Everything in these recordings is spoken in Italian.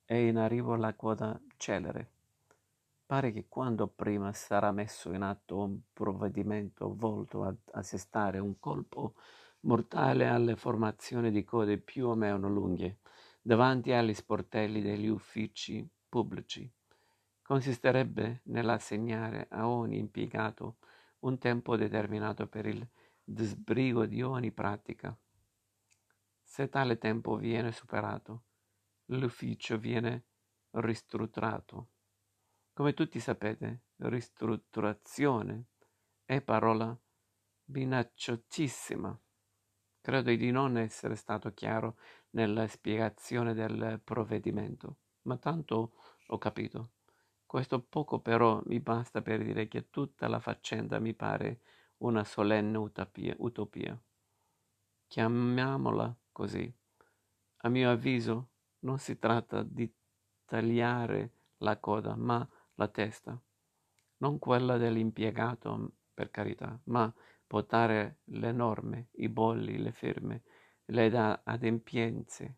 È in arrivo la coda celere. Pare che quando prima sarà messo in atto un provvedimento volto ad assestare un colpo mortale alle formazioni di code più o meno lunghe davanti agli sportelli degli uffici pubblici, consisterebbe nell'assegnare a ogni impiegato un tempo determinato per il disbrigo di ogni pratica. Se tale tempo viene superato, l'ufficio viene ristrutturato. Come tutti sapete, ristrutturazione è parola minacciottissima. Credo di non essere stato chiaro nella spiegazione del provvedimento, ma tanto ho capito. Questo poco però mi basta per dire che tutta la faccenda mi pare una solenne utopia. Chiamiamola così. A mio avviso non si tratta di tagliare la coda, ma la testa. Non quella dell'impiegato, per carità, ma potare le norme, i bolli, le firme, le adempienze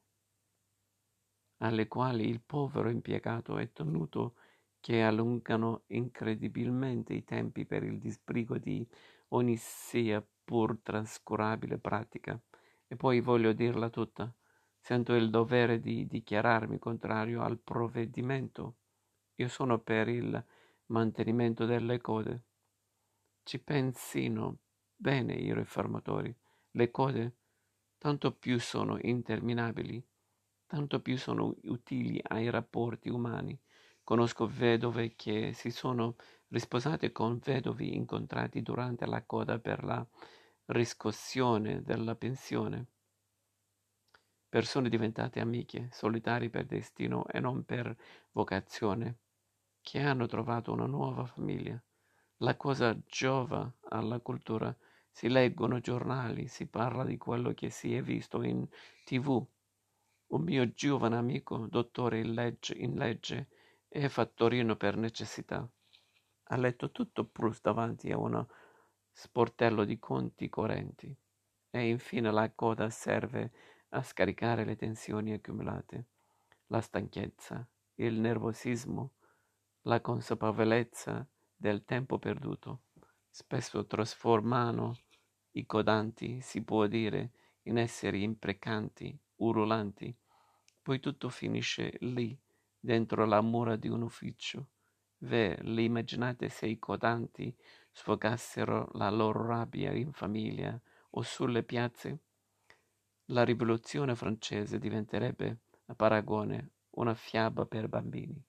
alle quali il povero impiegato è tenuto, che allungano incredibilmente i tempi per il disbrigo di ogni sia pur trascurabile pratica. E poi voglio dirla tutta, sento il dovere di dichiararmi contrario al provvedimento. Io sono per il mantenimento delle code. Ci pensino bene i riformatori. Le code tanto più sono interminabili, tanto più sono utili ai rapporti umani. Conosco vedove che si sono risposate con vedovi incontrati durante la coda per la riscossione della pensione. Persone diventate amiche, solitari per destino e non per vocazione, che hanno trovato una nuova famiglia. La cosa giova alla cultura. Si leggono giornali, si parla di quello che si è visto in TV. Un mio giovane amico, dottore in legge e fattorino per necessità, ha letto tutto Proust davanti a uno sportello di conti correnti. E infine la coda serve a scaricare le tensioni accumulate, la stanchezza, il nervosismo, la consapevolezza del tempo perduto. Spesso trasformano i codanti, si può dire, in esseri imprecanti, urulanti. Poi tutto finisce lì, dentro la mura di un ufficio. Le immaginate se i codanti sfogassero la loro rabbia in famiglia o sulle piazze? La rivoluzione francese diventerebbe, a paragone, una fiaba per bambini.